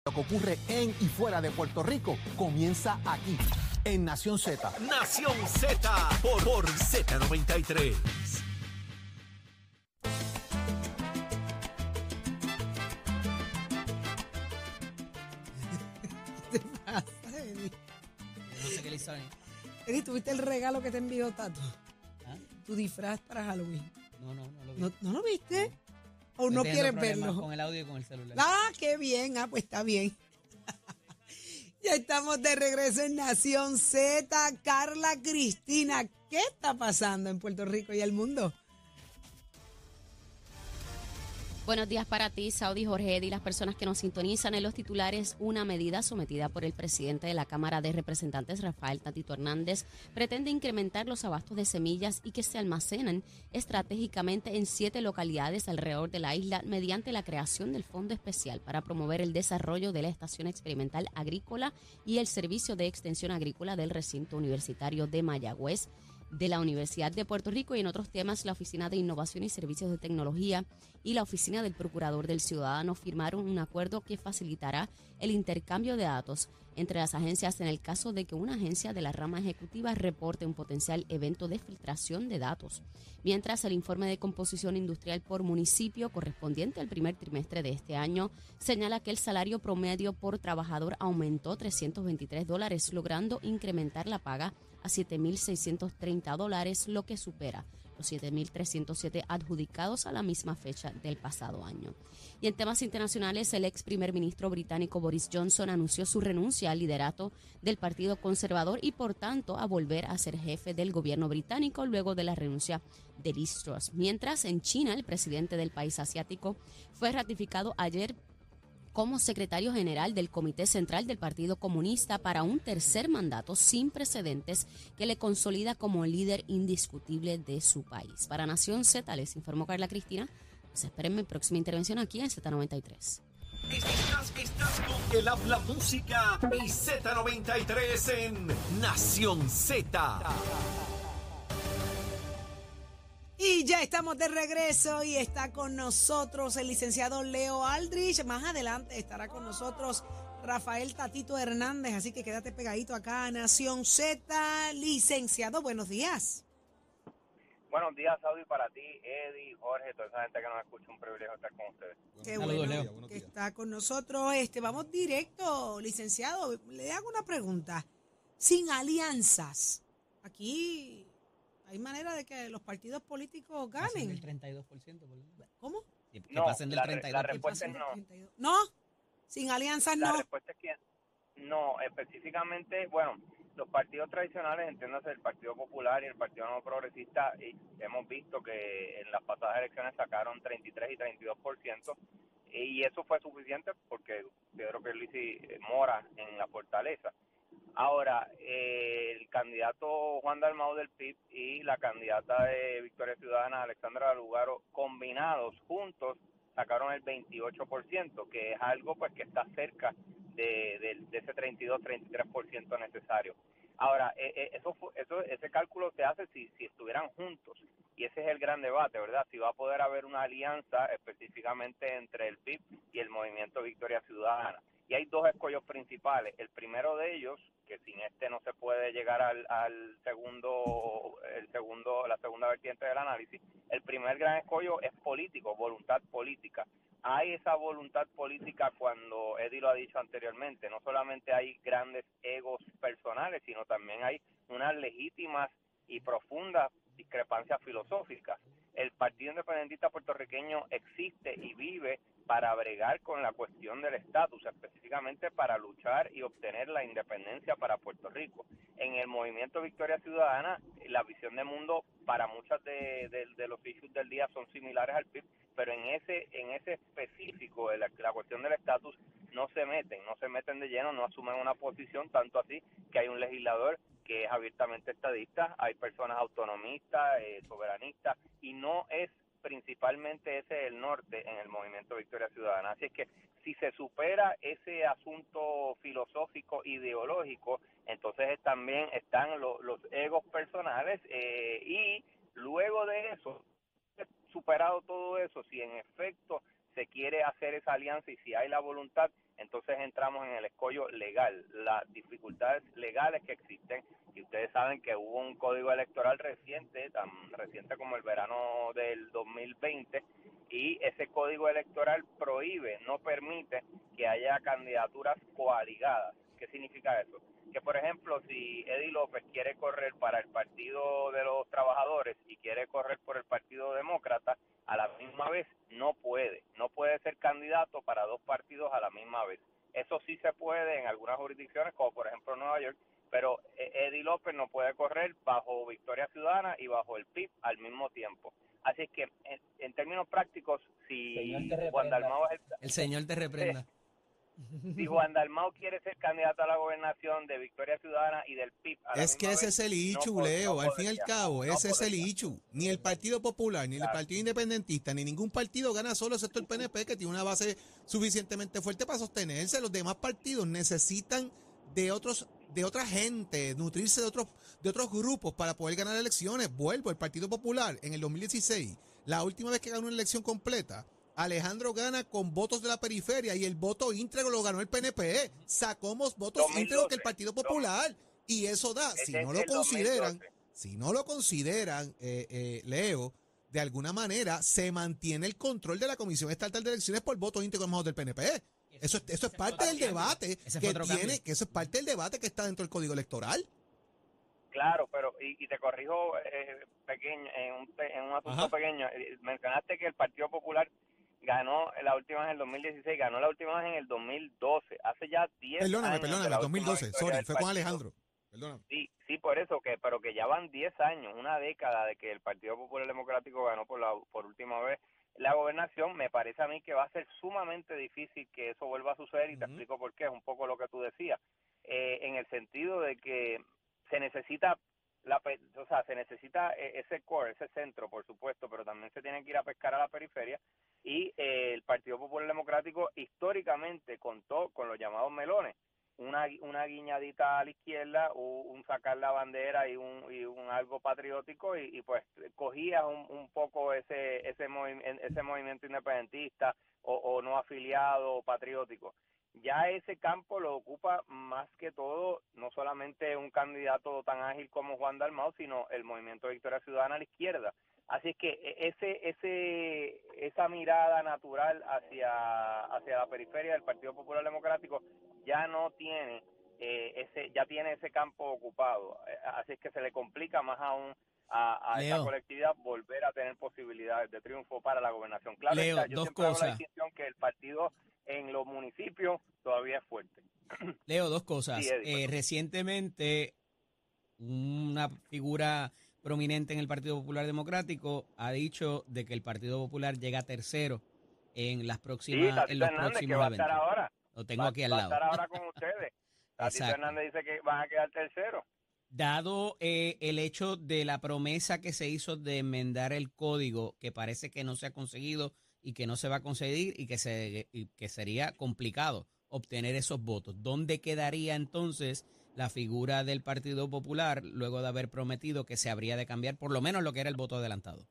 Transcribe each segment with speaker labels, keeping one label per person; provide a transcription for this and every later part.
Speaker 1: Lo que ocurre en y fuera de Puerto Rico comienza aquí, en Nación Z.
Speaker 2: Nación Z por Z93.
Speaker 3: ¿Qué te pasa, Eddie?
Speaker 4: Yo no sé qué le hizo a mí.
Speaker 3: Eddie, ¿tuviste el regalo que te envió Tato?
Speaker 4: ¿Ah?
Speaker 3: Tu disfraz para Halloween.
Speaker 4: No lo vi.
Speaker 3: ¿No lo viste? ¿O
Speaker 4: Estoy
Speaker 3: no
Speaker 4: teniendo
Speaker 3: quieres
Speaker 4: problemas
Speaker 3: verlo?
Speaker 4: con el audio y con el celular.
Speaker 3: Ah, qué bien. Ah, pues está bien. Ya estamos de regreso en Nación Z. Carla Cristina, ¿qué está pasando en Puerto Rico y el mundo?
Speaker 5: Buenos días para ti, Saudi, Jorge y las personas que nos sintonizan en los titulares. Una medida sometida por el presidente de la Cámara de Representantes, Rafael Tatito Hernández, pretende incrementar los abastos de semillas y que se almacenan estratégicamente en 7 localidades alrededor de la isla mediante la creación del Fondo Especial para promover el desarrollo de la Estación Experimental Agrícola y el Servicio de Extensión Agrícola del Recinto Universitario de Mayagüez, de la Universidad de Puerto Rico. Y en otros temas, la Oficina de Innovación y Servicios de Tecnología y la Oficina del Procurador del Ciudadano firmaron un acuerdo que facilitará el intercambio de datos entre las agencias en el caso de que una agencia de la rama ejecutiva reporte un potencial evento de filtración de datos. Mientras, el informe de composición industrial por municipio correspondiente al primer trimestre de este año señala que el salario promedio por trabajador aumentó $323, logrando incrementar la paga a $7,630, lo que supera los 7,307 adjudicados a la misma fecha del pasado año. Y en temas internacionales, el ex primer ministro británico Boris Johnson anunció su renuncia al liderato del Partido Conservador y, por tanto, a volver a ser jefe del gobierno británico luego de la renuncia de Liz Truss. Mientras, en China, el presidente del país asiático fue ratificado ayer como secretario general del Comité Central del Partido Comunista para un tercer mandato sin precedentes que le consolida como líder indiscutible de su país. Para Nación Z, les informó Carla Cristina. Pues esperen mi próxima intervención aquí en Z93.
Speaker 2: Estás con el habla música y Z93 en Nación Z.
Speaker 3: Y ya estamos de regreso y está con nosotros el licenciado Leo Aldrich. Más adelante estará con nosotros Rafael Tatito Hernández, así que quédate pegadito acá a Nación Z. Licenciado, buenos días.
Speaker 6: Buenos días, Saudi, para ti, Eddie, Jorge, toda esa gente que nos escucha, un privilegio estar con ustedes.
Speaker 3: Qué
Speaker 4: Saludos,
Speaker 3: bueno
Speaker 4: Leo.
Speaker 3: que está con nosotros. Vamos directo, licenciado. Le hago una pregunta. Sin alianzas, aquí hay manera de que los partidos políticos
Speaker 4: Pasen
Speaker 3: ganen.
Speaker 4: del 32%, por lo menos.
Speaker 3: ¿Cómo?
Speaker 4: Que
Speaker 6: No,
Speaker 4: pasen del
Speaker 6: la
Speaker 4: 32%.
Speaker 6: respuesta es no.
Speaker 3: 32. No, sin alianzas
Speaker 6: La
Speaker 3: no.
Speaker 6: respuesta es que no, específicamente, bueno, los partidos tradicionales, entiéndase el Partido Popular y el Partido Nuevo Progresista, y hemos visto que en las pasadas elecciones sacaron 33 y 32%, y eso fue suficiente porque Pedro Pierluisi mora en la fortaleza. Ahora, el candidato Juan Dalmau del PIB y la candidata de Victoria Ciudadana, Alexandra Lugaro, combinados, juntos, sacaron el 28%, que es algo pues que está cerca de ese 32-33% necesario. Ahora, ese cálculo se hace si estuvieran juntos, y ese es el gran debate, ¿verdad? Si va a poder haber una alianza específicamente entre el PIB y el Movimiento Victoria Ciudadana. Y hay dos escollos principales. El primero de ellos, que sin este no se puede llegar la segunda vertiente del análisis. El primer gran escollo es político, voluntad política. Hay esa voluntad política cuando Eddie lo ha dicho anteriormente. No solamente hay grandes egos personales, sino también hay unas legítimas y profundas discrepancias filosóficas. El Partido Independentista Puertorriqueño existe y vive para bregar con la cuestión del estatus, específicamente para luchar y obtener la independencia para Puerto Rico. En el movimiento Victoria Ciudadana, la visión de mundo para muchas de los issues del día son similares al PIB, pero en ese específico de la cuestión del estatus no se meten de lleno, no asumen una posición, tanto así que hay un legislador que es abiertamente estadista, hay personas autonomistas, soberanistas, y no es principalmente ese el norte en el movimiento Victoria Ciudadana. Así es que si se supera ese asunto filosófico, ideológico, entonces también están los egos personales, y luego de eso, superado todo eso, si en efecto se quiere hacer esa alianza y si hay la voluntad, entonces entramos en el escollo legal, las dificultades legales que existen, y ustedes saben que hubo un código electoral reciente, tan reciente como el verano del 2020, y ese código electoral prohíbe, no permite que haya candidaturas coaligadas. ¿Qué significa eso? Que, por ejemplo, si Eddie López quiere correr para el Partido de los Trabajadores y quiere correr por el Partido Demócrata, a la misma vez no puede ser candidato para dos partidos a la misma vez. Eso sí se puede en algunas jurisdicciones, como por ejemplo Nueva York, pero Eddie López no puede correr bajo Victoria Ciudadana y bajo el PIB al mismo tiempo. Así es que, en términos prácticos, si Juan Dalmau es
Speaker 4: el Señor te reprenda.
Speaker 6: Si Juan Dalmau quiere ser candidato a la gobernación de Victoria Ciudadana y del PIB a la
Speaker 7: Es que
Speaker 6: misma
Speaker 7: ese
Speaker 6: vez,
Speaker 7: es el ichu, Leo. Al fin y al cabo, ese es el ichu. Ni el Partido Popular, ni el Partido Independentista, ni ningún partido gana solo, excepto el PNP, que tiene una base suficientemente fuerte para sostenerse. Los demás partidos necesitan de otra gente, nutrirse de otros grupos para poder ganar elecciones. Vuelvo, el Partido Popular en el 2016, la última vez que ganó una elección completa, Alejandro gana con votos de la periferia y el voto íntegro lo ganó el PNP. Sacó más votos
Speaker 6: 2012,
Speaker 7: íntegros que el Partido Popular. Y eso da, si no lo consideran, Leo, de alguna manera se mantiene el control de la Comisión Estatal de Elecciones por votos íntegros más del PNP. Eso es parte del debate que eso es parte del debate que está dentro del Código Electoral.
Speaker 6: Claro, pero y te corrijo pequeño en un asunto pequeño. Mencionaste que el Partido Popular ganó la última vez en el 2016, ganó la última vez en el 2012, hace ya 10 años.
Speaker 7: Perdóname, 2012, sorry, fue con Alejandro. Perdóname.
Speaker 6: Sí, por eso, pero que ya van 10 años, una década de que el Partido Popular Democrático ganó por última vez la gobernación. Me parece a mí que va a ser sumamente difícil que eso vuelva a suceder y te explico por qué, es un poco lo que tú decías, en el sentido de que se necesita ese core, ese centro, por supuesto, pero también se tiene que ir a pescar a la periferia y el Partido Popular Democrático históricamente contó con los llamados melones, una guiñadita a la izquierda, un sacar la bandera y un algo patriótico y pues cogías un poco ese movimiento independentista o no afiliado o patriótico. Ya ese campo lo ocupa más que todo, no solamente un candidato tan ágil como Juan Dalmau, sino el Movimiento de Victoria Ciudadana a la izquierda. Así es que esa mirada natural hacia la periferia del Partido Popular Democrático ya no tiene ya tiene ese campo ocupado. Así es que se le complica más aún a esta colectividad volver a tener posibilidades de triunfo para la gobernación. Claro,
Speaker 4: Leo,
Speaker 6: yo siempre hago la distinción que el partido en los municipios todavía es fuerte.
Speaker 4: Leo, dos cosas.
Speaker 6: Sí, Eddie,
Speaker 4: recientemente una figura prominente en el Partido Popular Democrático ha dicho de que el Partido Popular llega tercero en los próximos eventos.
Speaker 6: Ahora.
Speaker 4: Lo tengo aquí al lado.
Speaker 6: Va a estar ahora con ustedes. Tatito Hernández dice que van a quedar tercero.
Speaker 4: Dado el hecho de la promesa que se hizo de enmendar el código, que parece que no se ha conseguido y que no se va a conseguir y que sería complicado obtener esos votos, ¿dónde quedaría entonces la figura del Partido Popular luego de haber prometido que se habría de cambiar por lo menos lo que era el voto adelantado?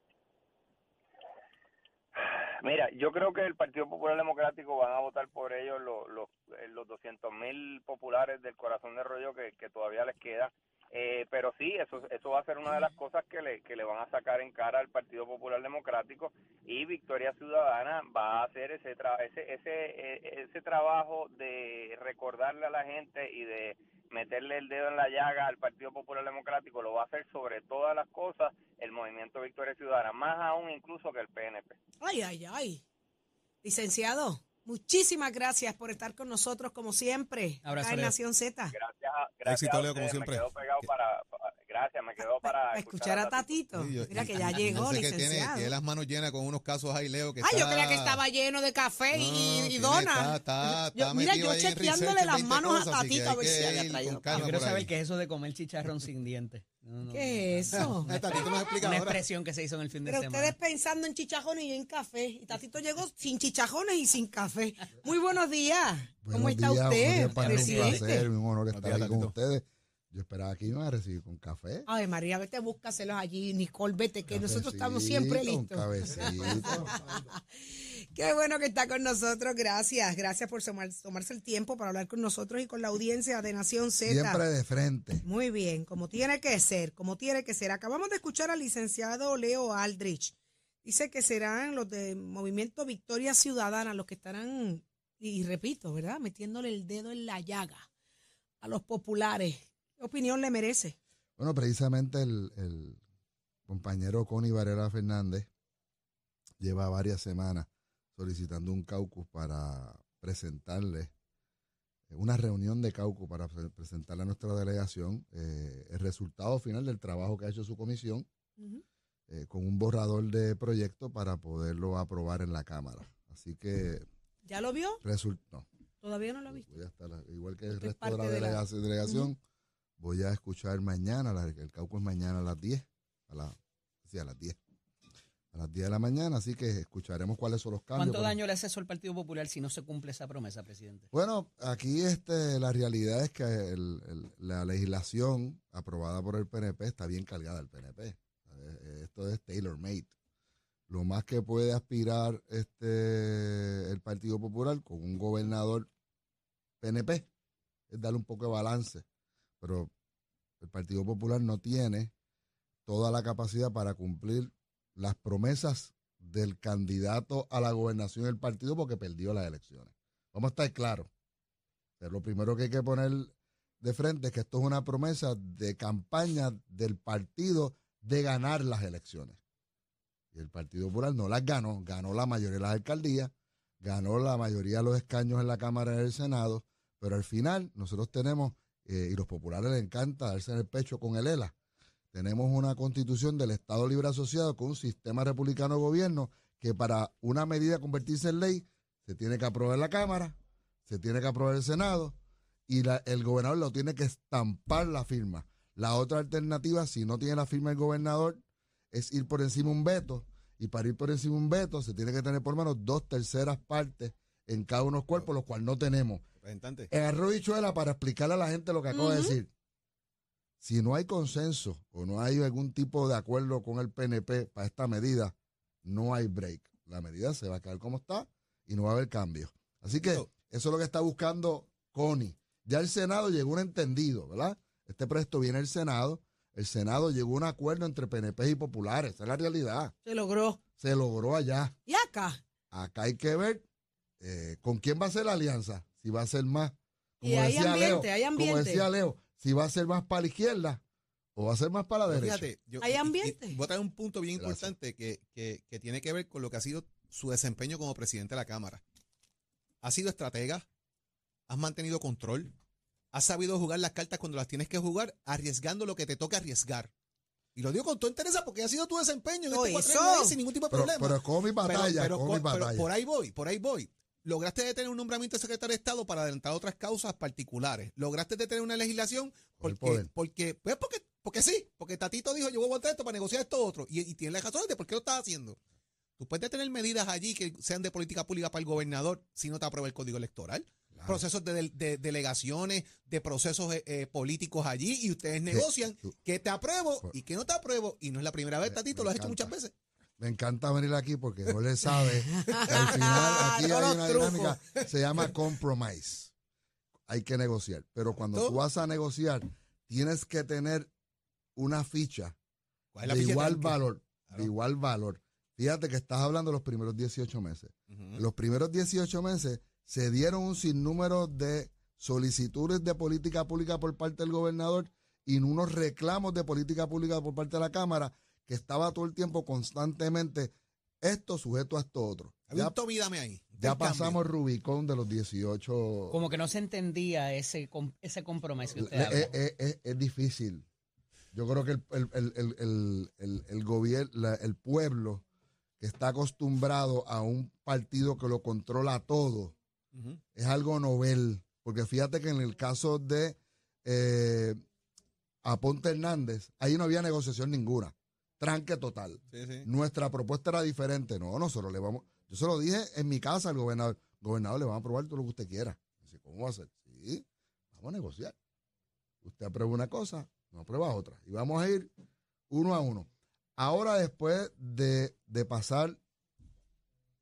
Speaker 6: Mira, yo creo que el Partido Popular Democrático van a votar por ellos los 200,000 populares del corazón de rollo que todavía les queda. Pero sí, eso va a ser una de las cosas que le van a sacar en cara al Partido Popular Democrático, y Victoria Ciudadana va a hacer ese trabajo de recordarle a la gente y de meterle el dedo en la llaga al Partido Popular Democrático. Lo va a hacer sobre todas las cosas el Movimiento Victoria Ciudadana, más aún incluso que el PNP.
Speaker 3: Ay. Licenciado, muchísimas gracias por estar con nosotros como siempre.
Speaker 4: Abrazo,
Speaker 3: acá en
Speaker 4: Leo.
Speaker 3: Nación Z.
Speaker 6: Gracias
Speaker 7: Éxito,
Speaker 6: a
Speaker 7: Leo, como
Speaker 6: ustedes.
Speaker 7: siempre.
Speaker 6: Me quedo pegado para
Speaker 3: escuchar a Tatito. Mira que ya llegó,
Speaker 7: sé que
Speaker 3: licenciado.
Speaker 7: tiene las manos llenas con unos casos ahí, Leo.
Speaker 3: Yo creía que estaba lleno de café y donas. Mira, yo chequeándole las manos a Tatito a ver si había traído.
Speaker 4: Yo quiero saber qué es eso de comer chicharrón sin dientes.
Speaker 3: ¿Qué es eso?
Speaker 7: Tatito nos explica
Speaker 4: Una
Speaker 7: ahora.
Speaker 4: expresión que se hizo en el fin de
Speaker 3: Pero
Speaker 4: semana.
Speaker 3: ustedes pensando en chichajones y en café. Y Tatito llegó sin chichajones y sin café. Muy buenos días. ¿Cómo está usted, presidente?
Speaker 8: Un honor estar aquí con ustedes. Yo esperaba que iban a recibir con café.
Speaker 3: Ay, María, vete, búscaselos allí. Nicole, vete, que nosotros estamos siempre listos.
Speaker 8: Un cabecito.
Speaker 3: Qué bueno que está con nosotros. Gracias. Gracias por tomarse el tiempo para hablar con nosotros y con la audiencia de Nación Z.
Speaker 8: Siempre de frente.
Speaker 3: Muy bien, como tiene que ser, como tiene que ser. Acabamos de escuchar al licenciado Leo Aldrich. Dice que serán los de Movimiento Victoria Ciudadana los que estarán, y repito, ¿verdad?, metiéndole el dedo en la llaga a los populares. ¿Qué opinión le merece?
Speaker 8: Bueno, precisamente el compañero Connie Varela Fernández lleva varias semanas solicitando un caucus para presentarle, una reunión de caucus para presentarle a nuestra delegación el resultado final del trabajo que ha hecho su comisión, con un borrador de proyecto para poderlo aprobar en la Cámara. Así que...
Speaker 3: ¿Ya lo vio?
Speaker 8: No.
Speaker 3: Todavía no lo ha visto.
Speaker 8: Voy a estar, igual que el
Speaker 3: Esto es
Speaker 8: resto de la
Speaker 3: parte de la-
Speaker 8: delegación, voy a escuchar mañana, el caucus es mañana a las 10, a las 10. A las 10 de la mañana, así que escucharemos cuáles son los cambios.
Speaker 4: ¿Cuánto daño le hace eso al Partido Popular si no se cumple esa promesa, presidente?
Speaker 8: Bueno, aquí la realidad es que la legislación aprobada por el PNP está bien cargada al PNP. Esto es tailor-made. Lo más que puede aspirar el Partido Popular con un gobernador PNP es darle un poco de balance, pero el Partido Popular no tiene toda la capacidad para cumplir las promesas del candidato a la gobernación del partido porque perdió las elecciones. Vamos a estar claros. Pero lo primero que hay que poner de frente es que esto es una promesa de campaña del partido de ganar las elecciones. Y el Partido Popular no las ganó. Ganó la mayoría de las alcaldías, ganó la mayoría de los escaños en la Cámara y en el Senado, pero al final nosotros tenemos, y los populares les encanta darse en el pecho con el ELA, tenemos una constitución del Estado Libre Asociado con un sistema republicano de gobierno que para una medida convertirse en ley se tiene que aprobar la Cámara, se tiene que aprobar el Senado y el gobernador lo tiene que estampar la firma. La otra alternativa, si no tiene la firma el gobernador, es ir por encima un veto, y para ir por encima un veto se tiene que tener por lo menos 2/3 partes en cada uno de los cuerpos, los cuales no tenemos.
Speaker 7: Representante.
Speaker 8: En arroz y habichuela, para explicarle a la gente lo que acabo de decir, si no hay consenso o no hay algún tipo de acuerdo con el PNP para esta medida, no hay break. La medida se va a quedar como está y no va a haber cambios. Así que eso es lo que está buscando Connie. Ya el Senado llegó a un entendido, ¿verdad? Este proyecto viene del Senado. El Senado llegó a un acuerdo entre PNP y populares. Esa es la realidad.
Speaker 3: Se logró.
Speaker 8: Se logró allá.
Speaker 3: ¿Y acá?
Speaker 8: Acá hay que ver con quién va a ser la alianza. Si va a ser más,
Speaker 3: Y hay ambiente, hay ambiente.
Speaker 8: como decía Leo, si va a ser más para la izquierda o va a ser más para la derecha.
Speaker 7: Fíjate,
Speaker 3: ¿Hay ambiente?
Speaker 7: y voy a traer un punto bien
Speaker 8: Gracias.
Speaker 7: importante que tiene que ver con lo que ha sido su desempeño como presidente de la Cámara. Has sido estratega, has mantenido control, has sabido jugar las cartas cuando las tienes que jugar, arriesgando lo que te toca arriesgar. Y lo digo con toda entereza porque ha sido tu desempeño en
Speaker 3: Lo
Speaker 7: este
Speaker 3: hizo.
Speaker 7: cuatrienio ahí sin ningún tipo de problema.
Speaker 8: Pero es como mi batalla,
Speaker 7: Pero
Speaker 8: como mi batalla.
Speaker 7: por ahí voy. Lograste detener un nombramiento de secretario de Estado para adelantar otras causas particulares. Lograste detener una legislación
Speaker 8: Por el
Speaker 7: porque sí, porque Tatito dijo, yo voy a votar esto para negociar esto otro. Y tiene las razones de por qué lo estás haciendo. Tú puedes detener medidas allí que sean de política pública para el gobernador si no te aprueba el código electoral.
Speaker 8: Claro.
Speaker 7: Procesos de delegaciones, de procesos políticos allí y ustedes negocian que te apruebo y que no te apruebo. Y no es la primera vez, Tatito, lo has hecho muchas veces.
Speaker 8: Me encanta venir aquí porque no le sabe que al final aquí hay una dinámica, se llama compromise. Hay que negociar. Pero cuando tú vas a negociar, tienes que tener una ficha
Speaker 7: ¿Cuál es la
Speaker 8: de
Speaker 7: ficha
Speaker 8: igual
Speaker 7: tanque?
Speaker 8: valor.
Speaker 7: Claro.
Speaker 8: De igual valor. Fíjate que estás hablando de los primeros 18 meses.
Speaker 7: Ujú.
Speaker 8: En los primeros 18 meses se dieron un sinnúmero de solicitudes de política pública por parte del gobernador y unos reclamos de política pública por parte de la Cámara que estaba todo el tiempo constantemente esto sujeto a esto otro.
Speaker 7: Había un Tommy dame ahí.
Speaker 8: Ya pasamos Rubicón de los 18.
Speaker 4: Como que no se entendía ese compromiso que usted habla.
Speaker 8: Es difícil. Yo creo que el gobierno, el pueblo que está acostumbrado a un partido que lo controla todo,
Speaker 7: Ujú.
Speaker 8: es algo novel. Porque fíjate que en el caso de Aponte Hernández, ahí no había negociación ninguna. Tranque total.
Speaker 7: Sí, sí.
Speaker 8: Nuestra propuesta era diferente. No, nosotros le vamos. Yo se lo dije en mi casa al gobernador. Gobernador, le vamos a aprobar todo lo que usted quiera. Dice, ¿cómo va a ser? Sí, vamos a negociar. Usted aprueba una cosa, no aprueba otra. Y vamos a ir uno a uno. Ahora, después de pasar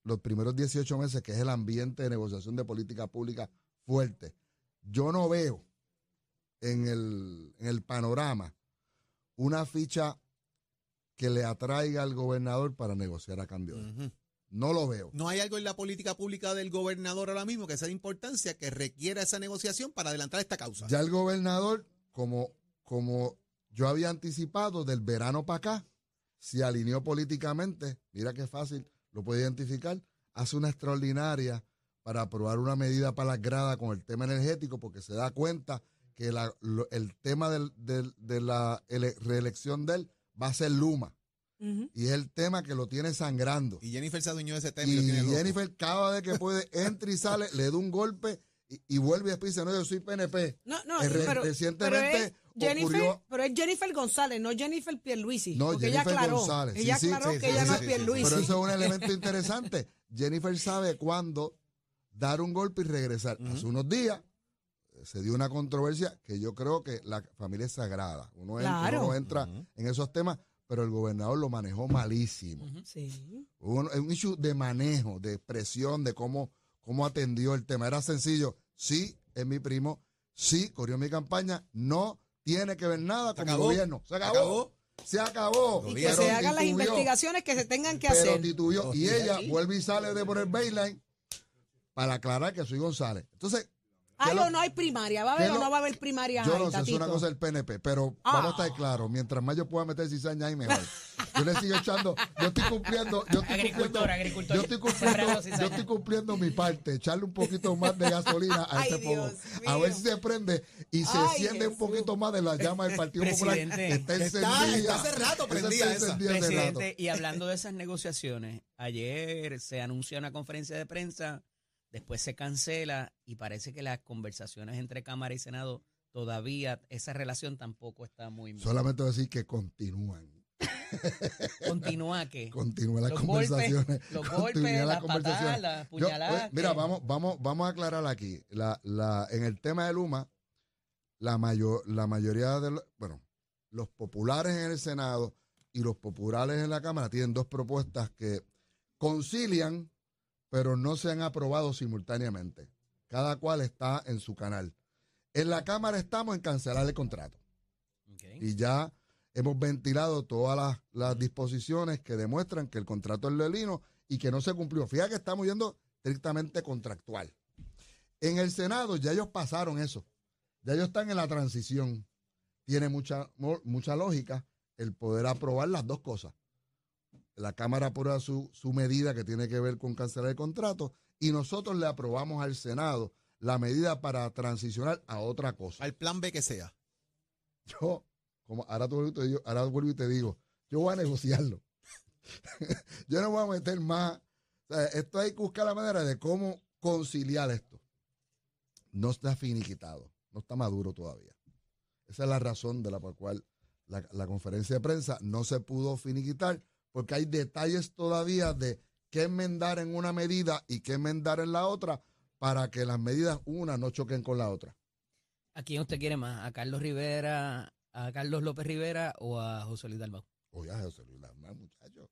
Speaker 8: los primeros 18 meses, que es el ambiente de negociación de política pública fuerte, yo no veo en el panorama una ficha que le atraiga al gobernador para negociar a cambio de él. No lo veo.
Speaker 7: ¿No hay algo en la política pública del gobernador ahora mismo que sea de importancia, que requiera esa negociación para adelantar esta causa?
Speaker 8: Ya el gobernador, como yo había anticipado del verano para acá, se alineó políticamente, mira qué fácil, lo puede identificar, hace una extraordinaria para aprobar una medida para las gradas con el tema energético, porque se da cuenta que el tema de la reelección de él va a ser Luma. Y es el tema que lo tiene sangrando.
Speaker 7: Y Jennifer se adueñó de ese tema.
Speaker 8: Y
Speaker 7: lo tiene loco.
Speaker 8: Jennifer, cada vez que puede, entra y sale, le da un golpe y vuelve y después dice, no, yo soy PNP.
Speaker 3: No,
Speaker 8: Recientemente ocurrió...
Speaker 3: Pero es Jennifer González, no Jennifer Pierluisi.
Speaker 8: No,
Speaker 3: porque
Speaker 8: Jennifer
Speaker 3: ella aclaró,
Speaker 8: González.
Speaker 3: ella aclaró que ella no es Pierluisi.
Speaker 8: Pero eso es un elemento interesante. Jennifer sabe cuándo dar un golpe y regresar. Hace unos días se dio una controversia que yo creo que la familia es sagrada. Uno entra en esos temas, pero el gobernador lo manejó malísimo.
Speaker 3: Sí.
Speaker 8: Hubo un issue de manejo, de expresión, de cómo atendió el tema. Era sencillo. Sí, es mi primo. Sí, corrió mi campaña. No tiene que ver nada con mi gobierno. Se acabó. Se acabó.
Speaker 3: Y que se hagan las investigaciones que se tengan que hacer.
Speaker 8: Pero titubió. Y ella vuelve y sale de por el baseline para aclarar que soy González. Entonces,
Speaker 3: no hay primaria. ¿Va a haber o no va a haber primaria?
Speaker 8: Yo no sé, es una cosa del PNP, pero vamos a estar claros. Mientras más yo pueda meter cizaña ahí, mejor. Yo le sigo echando, yo estoy cumpliendo mi parte, echarle un poquito más de gasolina a este fuego. A ver si se prende y se enciende un poquito más de la llama del Partido Popular. Está encendida.
Speaker 7: Hace rato prendía esa.
Speaker 4: Presidente, y hablando de esas negociaciones, ayer se anuncia una conferencia de prensa. Después se cancela y parece que las conversaciones entre Cámara y Senado todavía, esa relación tampoco está muy...
Speaker 8: Solamente decir que continúan.
Speaker 4: ¿Continúa qué?
Speaker 8: Continúan las conversaciones.
Speaker 4: Los golpes, las patadas, las puñaladas.
Speaker 8: Mira, vamos a aclarar aquí. En el tema de Luma, la mayoría de los populares en el Senado y los populares en la Cámara tienen dos propuestas que concilian, pero no se han aprobado simultáneamente. Cada cual está en su canal. En la Cámara estamos en cancelar el contrato. Y ya hemos ventilado todas las disposiciones que demuestran que el contrato es leonino y que no se cumplió. Fíjate que estamos yendo estrictamente contractual. En el Senado ya ellos pasaron eso. Ya ellos están en la transición. Tiene mucha lógica el poder aprobar las dos cosas. La Cámara aprueba su medida que tiene que ver con cancelar el contrato y nosotros le aprobamos al Senado la medida para transicionar a otra cosa.
Speaker 7: Al plan B que sea.
Speaker 8: Ahora vuelvo y te digo, yo voy a negociarlo. Yo no voy a meter más. O sea, esto hay que buscar la manera de cómo conciliar esto. No está finiquitado, no está maduro todavía. Esa es la razón por la cual la conferencia de prensa no se pudo finiquitar, porque hay detalles todavía de qué enmendar en una medida y qué enmendar en la otra para que las medidas una no choquen con la otra.
Speaker 4: ¿A quién usted quiere más? ¿A Carlos Rivera, a Carlos López Rivera o a José Luis Dalmau?
Speaker 8: Oye, a José Luis Dalmau, muchacho.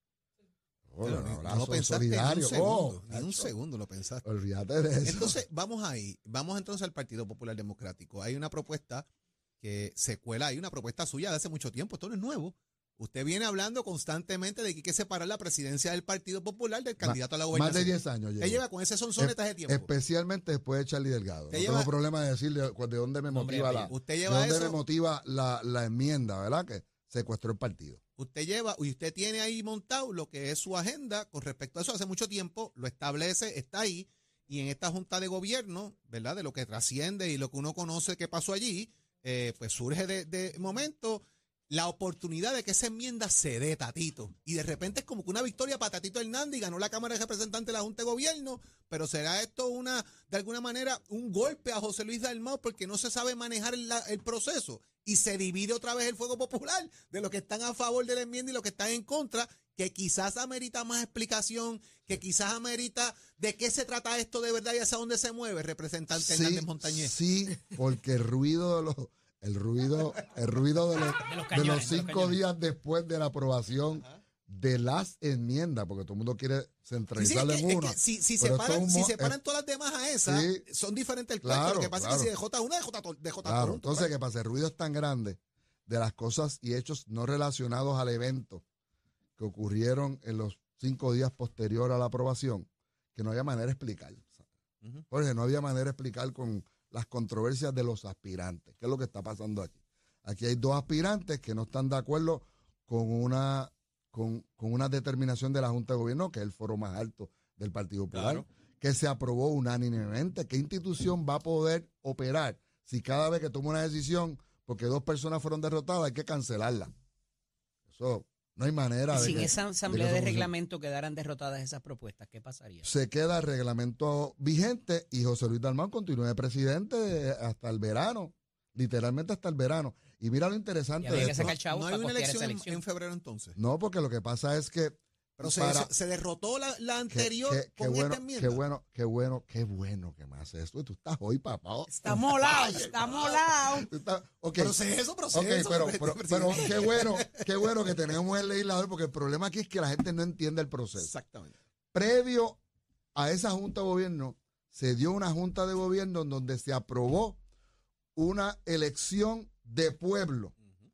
Speaker 7: No lo pensaste ni un segundo lo pensaste.
Speaker 8: Olvídate de eso.
Speaker 7: Entonces, vamos entonces al Partido Popular Democrático. Hay una propuesta que se cuela, hay una propuesta suya de hace mucho tiempo, esto no es nuevo. Usted viene hablando constantemente de que hay que separar la presidencia del Partido Popular del candidato a la gobernación.
Speaker 8: Más de 10 años lleva.
Speaker 7: Él lleva con ese sonsonetas de tiempo.
Speaker 8: Especialmente después de Charlie Delgado. No tengo problema de decirle de dónde me motiva me motiva la enmienda, ¿verdad? Que secuestró el partido.
Speaker 7: Usted tiene ahí montado lo que es su agenda con respecto a eso hace mucho tiempo, lo establece, está ahí, y en esta junta de gobierno, ¿verdad? De lo que trasciende y lo que uno conoce que pasó allí, pues surge de momento la oportunidad de que esa enmienda se dé, Tatito. Y de repente es como que una victoria para Tatito Hernández y ganó la Cámara de Representantes de la Junta de Gobierno, pero será esto de alguna manera un golpe a José Luis Dalmau porque no se sabe manejar el proceso y se divide otra vez el fuego popular de los que están a favor de la enmienda y los que están en contra, que quizás amerita más explicación, que quizás amerita de qué se trata esto de verdad y hacia dónde se mueve, representante Hernández Montañez.
Speaker 8: Sí, porque el ruido de los 5 días después de la aprobación de las enmiendas, porque todo el mundo quiere centralizarle en una.
Speaker 7: Si
Speaker 8: pero
Speaker 7: separan todas las demás a esa,
Speaker 8: sí,
Speaker 7: son diferentes el
Speaker 8: claro,
Speaker 7: cuento. Lo que pasa
Speaker 8: claro.
Speaker 7: es que si de J1 de J2.
Speaker 8: Claro, entonces, ¿qué pasa? El ruido es tan grande de las cosas y hechos no relacionados al evento que ocurrieron en los 5 días posterior a la aprobación, que no había manera de explicar. Jorge, no había manera de explicar con las controversias de los aspirantes. ¿Qué es lo que está pasando aquí? Aquí hay 2 aspirantes que no están de acuerdo con una determinación de la Junta de Gobierno, que es el foro más alto del Partido Popular, que se aprobó unánimemente. ¿Qué institución va a poder operar si cada vez que toma una decisión, porque 2 personas fueron derrotadas, hay que cancelarla? Eso no hay manera.
Speaker 4: Si en esa asamblea de reglamento quedaran derrotadas esas propuestas, ¿qué pasaría?
Speaker 8: Se queda el reglamento vigente y José Luis Dalmau continúa de presidente hasta el verano, literalmente hasta el verano. Y mira lo interesante de esto.
Speaker 7: No hay una elección en febrero entonces.
Speaker 8: No, porque lo que pasa es que
Speaker 7: pero se derrotó la anterior con esta enmienda.
Speaker 8: Qué bueno que me hace esto. Tú estás hoy, papá.
Speaker 3: Está molado, está molado.
Speaker 8: Okay.
Speaker 7: Proceso.
Speaker 8: Okay, pero qué bueno que tenemos el legislador, porque el problema aquí es que la gente no entiende el proceso.
Speaker 7: Exactamente.
Speaker 8: Previo a esa Junta de Gobierno, se dio una Junta de Gobierno en donde se aprobó una elección de pueblo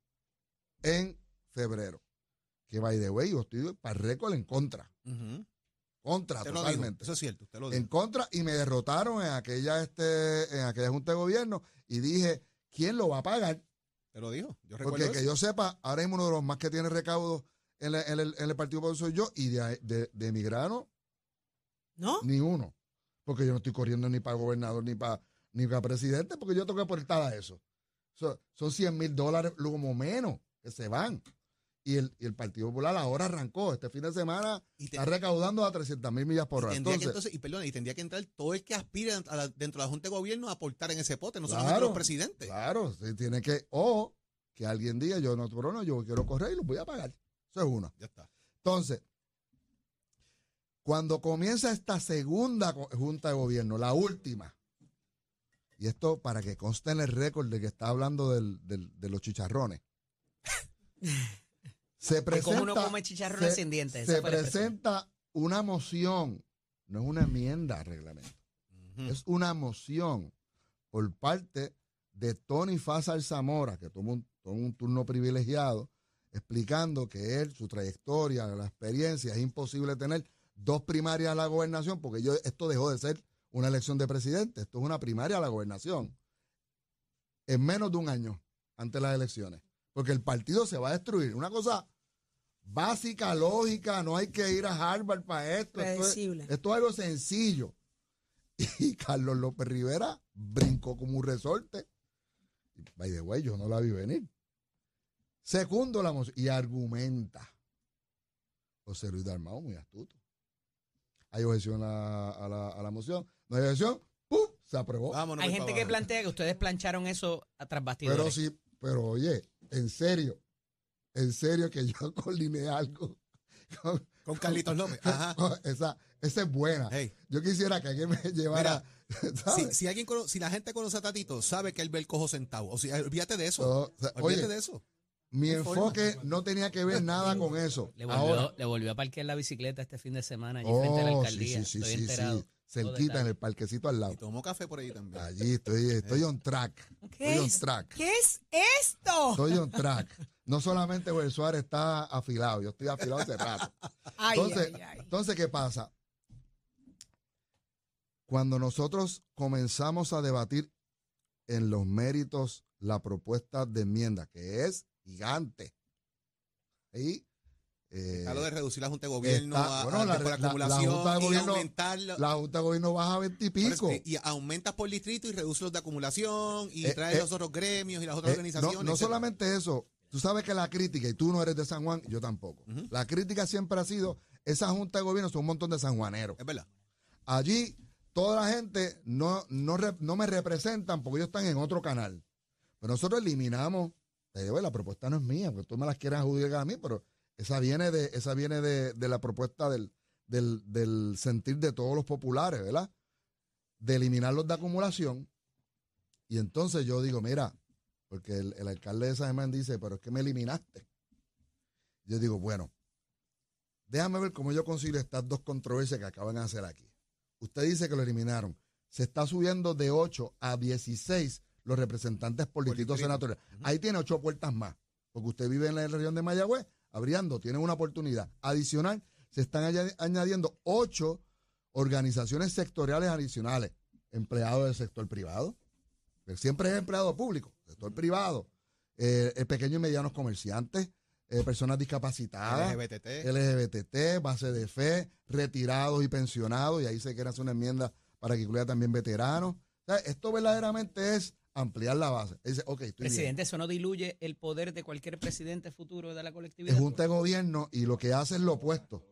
Speaker 8: en febrero. Que, by the way, yo estoy para récord en contra. Contra, usted totalmente.
Speaker 7: Eso es cierto, usted lo dijo.
Speaker 8: En contra, y me derrotaron en aquella Junta de Gobierno y dije, ¿quién lo va a pagar?
Speaker 7: Te lo dijo, yo recuerdo
Speaker 8: porque que yo sepa, ahora mismo uno de los más que tiene recaudos en el Partido Popular soy yo, y de mi grano,
Speaker 3: ¿no?
Speaker 8: Ni uno. Porque yo no estoy corriendo ni para gobernador ni para presidente, porque yo tengo que aportar a eso. Son $100,000 como menos que se van. Y el Partido Popular ahora arrancó. Este fin de semana está recaudando a 300,000 millas por hora.
Speaker 7: Y tendría que entrar todo el que aspire dentro de la Junta de Gobierno a aportar en ese pote, no solamente los presidentes.
Speaker 8: Claro, sí, tiene que, o que alguien diga, yo quiero correr y los voy a pagar. Eso es una.
Speaker 7: Ya está.
Speaker 8: Entonces, cuando comienza esta segunda Junta de Gobierno, la última, y esto para que conste en el récord de que está hablando de los chicharrones. Se presenta,
Speaker 4: ¿Cómo uno come chicharrones sin dientes?
Speaker 8: Se presenta una moción, no es una enmienda al reglamento, es una moción por parte de Tony Fazal Zamora, que tomó un turno privilegiado, explicando que él, su trayectoria, la experiencia, es imposible tener 2 primarias a la gobernación, porque esto dejó de ser una elección de presidente, esto es una primaria a la gobernación, en menos de un año antes de las elecciones. Porque el partido se va a destruir. Una cosa básica, lógica, no hay que ir a Harvard para esto. Esto es algo sencillo. Y Carlos López Rivera brincó como un resorte. By the way, yo no la vi venir. Segundo la moción y argumenta. José Luis Dalmau, muy astuto. Hay objeción a la moción. No hay objeción, ¡pum! Se aprobó.
Speaker 4: Vámonos, hay gente que plantea que ustedes plancharon eso tras bastidores.
Speaker 8: Pero oye, en serio que yo coordiné algo
Speaker 7: con Carlitos López. Ajá.
Speaker 8: Esa es buena.
Speaker 7: Hey.
Speaker 8: Yo quisiera que alguien me llevara.
Speaker 7: Si la gente conoce a Tatito, sabe que él ve el cojo centavo. O sea, olvídate de eso. Olvídate de eso.
Speaker 8: Mi enfoque no tenía que ver nada con eso.
Speaker 4: Le volvió a parquear la bicicleta este fin de semana allí frente a la alcaldía.
Speaker 8: Sí, cerquita en el parquecito al lado.
Speaker 7: Y tomó café por ahí también.
Speaker 8: Allí estoy on track.
Speaker 3: ¿Qué es esto?
Speaker 8: Estoy on track. No solamente Joel Suárez está afilado, yo estoy afilado hace rato. Entonces, ¿qué pasa? Cuando nosotros comenzamos a debatir en los méritos la propuesta de enmienda, que es gigante, ¿sí?
Speaker 7: A lo de reducir la Junta de Gobierno por acumulación
Speaker 8: la Junta de Gobierno,
Speaker 7: y aumentarlo.
Speaker 8: La Junta de Gobierno baja 20 y pico.
Speaker 7: Y aumentas por distrito y reduces los de acumulación y traes los otros gremios y las otras organizaciones.
Speaker 8: No solamente eso. Tú sabes que la crítica, y tú no eres de San Juan, yo tampoco. La crítica siempre ha sido, esa Junta de Gobierno son un montón de sanjuaneros.
Speaker 7: Es verdad.
Speaker 8: Allí toda la gente no me representan porque ellos están en otro canal. Pero nosotros eliminamos, la propuesta no es mía, porque tú me las quieres adjudicar a mí, pero esa viene de la propuesta del sentir de todos los populares, ¿verdad? De eliminar los de acumulación. Y entonces yo digo, mira, porque el alcalde de San Germán dice, pero es que me eliminaste. Yo digo, bueno, Déjame ver cómo yo consigo estas dos controversias que acaban de hacer aquí. Usted dice que lo eliminaron. Se está subiendo de 8 a 16 los representantes por distrito senatorial. Ahí tiene 8 puertas más, porque usted vive en la región de Mayagüez, abriendo, tiene una oportunidad adicional. Se están añadiendo 8 organizaciones sectoriales adicionales, empleados del sector privado, pero siempre es empleado público, sector privado, pequeños y medianos comerciantes, personas discapacitadas, LGBT, base de fe, retirados y pensionados, y ahí se quiere hacer una enmienda para que incluya también veteranos. O sea, esto verdaderamente es ampliar la base. Dice, okay, estoy
Speaker 4: presidente,
Speaker 8: bien.
Speaker 4: ¿eso no diluye el poder de cualquier presidente futuro de la colectividad?
Speaker 8: Es junta de gobierno y lo que hace es lo opuesto.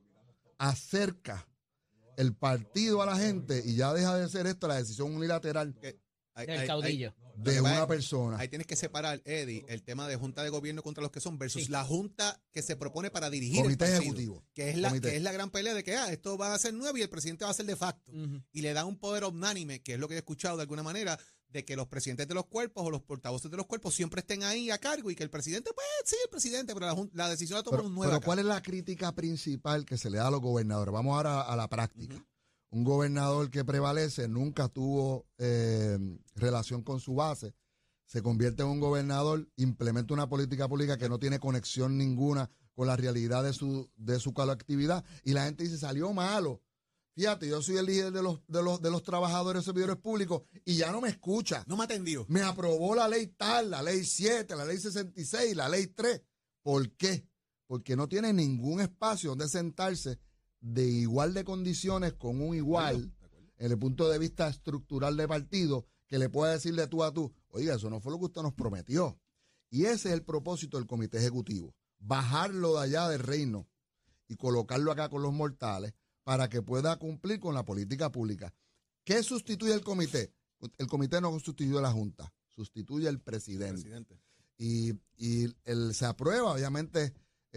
Speaker 8: Acerca el partido a la gente y ya deja de ser esto la decisión unilateral
Speaker 4: del caudillo.
Speaker 8: de una persona.
Speaker 7: Ahí tienes que separar, Eddie, el tema de junta de gobierno contra los que son versus la junta que se propone para dirigir
Speaker 8: Comité
Speaker 7: el partido,
Speaker 8: ejecutivo.
Speaker 7: que es la gran pelea de que esto va a ser nuevo y el presidente va a ser de facto. Y le da un poder unánime, que es lo que he escuchado de alguna manera, de que los presidentes de los cuerpos o los portavoces de los cuerpos siempre estén ahí a cargo y que el presidente, pues sí, el presidente, pero la decisión la toma un nuevo.
Speaker 8: Pero ¿cuál es la crítica principal que se le da a los gobernadores? Vamos ahora a la práctica. Un gobernador que prevalece nunca tuvo relación con su base, se convierte en un gobernador, implementa una política pública que no tiene conexión ninguna con la realidad de su colectividad y la gente dice, salió malo. Fíjate, yo soy el líder de los trabajadores servidores públicos y ya no me escucha.
Speaker 7: No me atendió.
Speaker 8: Me aprobó la ley tal, la ley 7, la ley 66, la ley 3. ¿Por qué? Porque no tiene ningún espacio donde sentarse de igual de condiciones con un igual en el punto de vista estructural de partido que le pueda decirle tú a tú, oiga, eso no fue lo que usted nos prometió. Y ese es el propósito del comité ejecutivo, bajarlo de allá del reino y colocarlo acá con los mortales para que pueda cumplir con la política pública. ¿Qué sustituye el comité? El comité no sustituye a la Junta, sustituye al presidente. Y se aprueba, obviamente,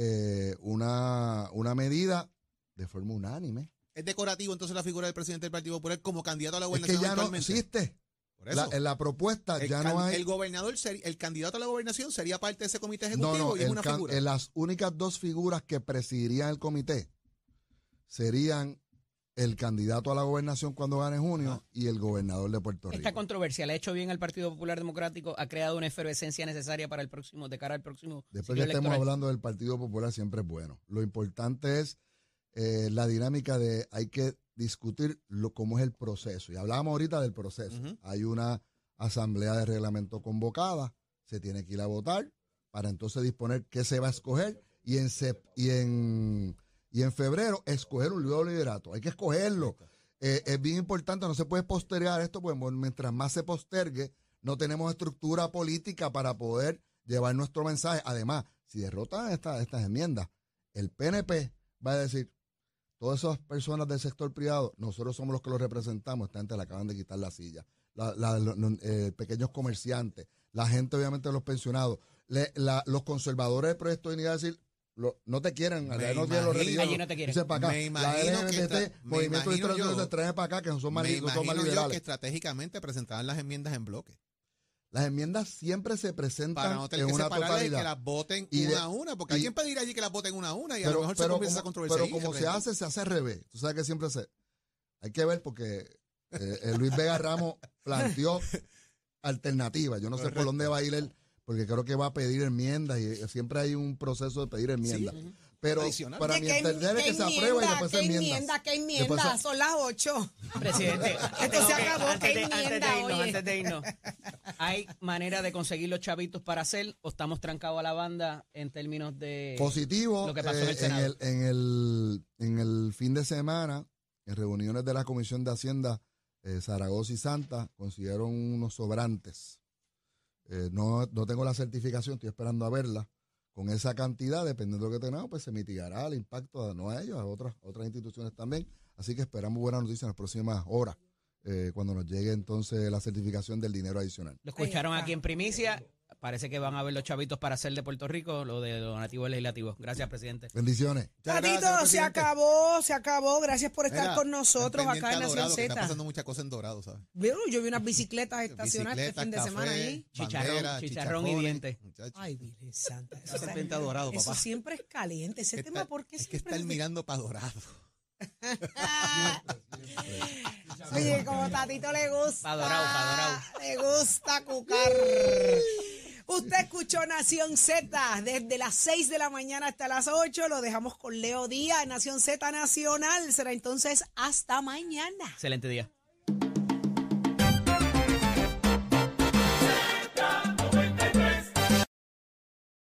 Speaker 8: una medida de forma unánime.
Speaker 7: ¿Es decorativo entonces la figura del presidente del Partido Popular como candidato a la
Speaker 8: Es
Speaker 7: gobernación?
Speaker 8: que ya no existe.
Speaker 7: Por eso,
Speaker 8: En la propuesta ya no hay.
Speaker 7: El candidato a la gobernación sería parte de ese comité ejecutivo
Speaker 8: No,
Speaker 7: y es una figura.
Speaker 8: las únicas dos figuras que presidirían el comité serían el candidato a la gobernación cuando gane en junio y el gobernador de Puerto Rico.
Speaker 4: Esta controversia le ha hecho bien al Partido Popular Democrático, ha creado una efervescencia necesaria para de cara al próximo
Speaker 8: Después
Speaker 4: ciclo
Speaker 8: que estemos
Speaker 4: electoral.
Speaker 8: hablando del Partido Popular siempre es bueno. Lo importante es la dinámica de hay que discutir cómo es el proceso. Y hablábamos ahorita del proceso. Hay una asamblea de reglamento convocada, se tiene que ir a votar para entonces disponer qué se va a escoger y en febrero escoger un nuevo liderato. Hay que escogerlo. Es bien importante, no se puede postergar esto, porque mientras más se postergue, no tenemos estructura política para poder llevar nuestro mensaje. Además, si derrotan estas enmiendas, el PNP va a decir, todas esas personas del sector privado, nosotros somos los que los representamos, esta gente le acaban de quitar la silla. Los pequeños comerciantes, la gente obviamente de los pensionados, los conservadores del Proyecto de Unidad, decir, no te quieren, no tienen los religiosos.
Speaker 4: Allí no te quieren.
Speaker 8: Dicen para acá.
Speaker 7: Me imagino
Speaker 8: LGBT, Movimiento de Historia se traen para acá, que son más liberales.
Speaker 7: Que estratégicamente presentaban las enmiendas en bloque.
Speaker 8: Las enmiendas siempre se presentan
Speaker 7: para no tener
Speaker 8: en
Speaker 7: que
Speaker 8: una
Speaker 7: separarlas y
Speaker 8: totalidad.
Speaker 7: que las voten
Speaker 8: Y
Speaker 7: una a una, porque alguien pedirá allí que las voten una a una y a lo mejor se comienza esa controversia.
Speaker 8: Pero como se hace al revés. Tú sabes que siempre hay que ver porque Luis Vega Ramos planteó alternativas. Yo no sé por dónde va a ir él, porque creo que va a pedir enmiendas y siempre hay un proceso de pedir enmiendas.
Speaker 7: Sí.
Speaker 8: Pero
Speaker 7: Adicional.
Speaker 8: para mi entender es que se aprueba y después se enmienda.
Speaker 3: ¿Qué enmienda? Son las 8.
Speaker 4: Presidente,
Speaker 3: Esto se acabó.
Speaker 4: antes de irnos, ¿hay manera de conseguir los chavitos para hacer o estamos trancados a la banda en términos de
Speaker 8: positivo?
Speaker 4: lo que pasó en el Senado?
Speaker 8: En el fin de semana, en reuniones de la Comisión de Hacienda, Zaragoza y Santa consiguieron unos sobrantes. No tengo la certificación, estoy esperando a verla. Con esa cantidad, dependiendo de lo que tengamos, pues se mitigará el impacto no a ellos, a otras instituciones también. Así que esperamos buenas noticias en las próximas horas, cuando nos llegue entonces la certificación del dinero adicional.
Speaker 4: Lo escucharon aquí en primicia. parece que van a ver los chavitos para hacer de Puerto Rico lo de donativo legislativo. Gracias, presidente.
Speaker 8: Bendiciones.
Speaker 3: Tatito, se acabó. Gracias por estar con nosotros acá en Nación Z.
Speaker 7: Está pasando muchas cosas en Dorado, ¿sabes?
Speaker 3: Yo vi unas bicicletas estacionadas este fin de semana ahí.
Speaker 4: Chicharrón y dientes.
Speaker 3: Ay, Virgen Santa. Eso siempre es caliente. Ese tema, ¿por qué
Speaker 7: es que
Speaker 3: siempre
Speaker 7: estar mirando para Dorado.
Speaker 3: Oye, como Tatito le gusta.
Speaker 4: Pa' Dorado.
Speaker 3: Le gusta cucar. Usted escuchó Nación Z desde las 6 de la mañana hasta las 8. Lo dejamos con Leo Díaz, Nación Z Nacional. Será entonces hasta mañana.
Speaker 4: Excelente día.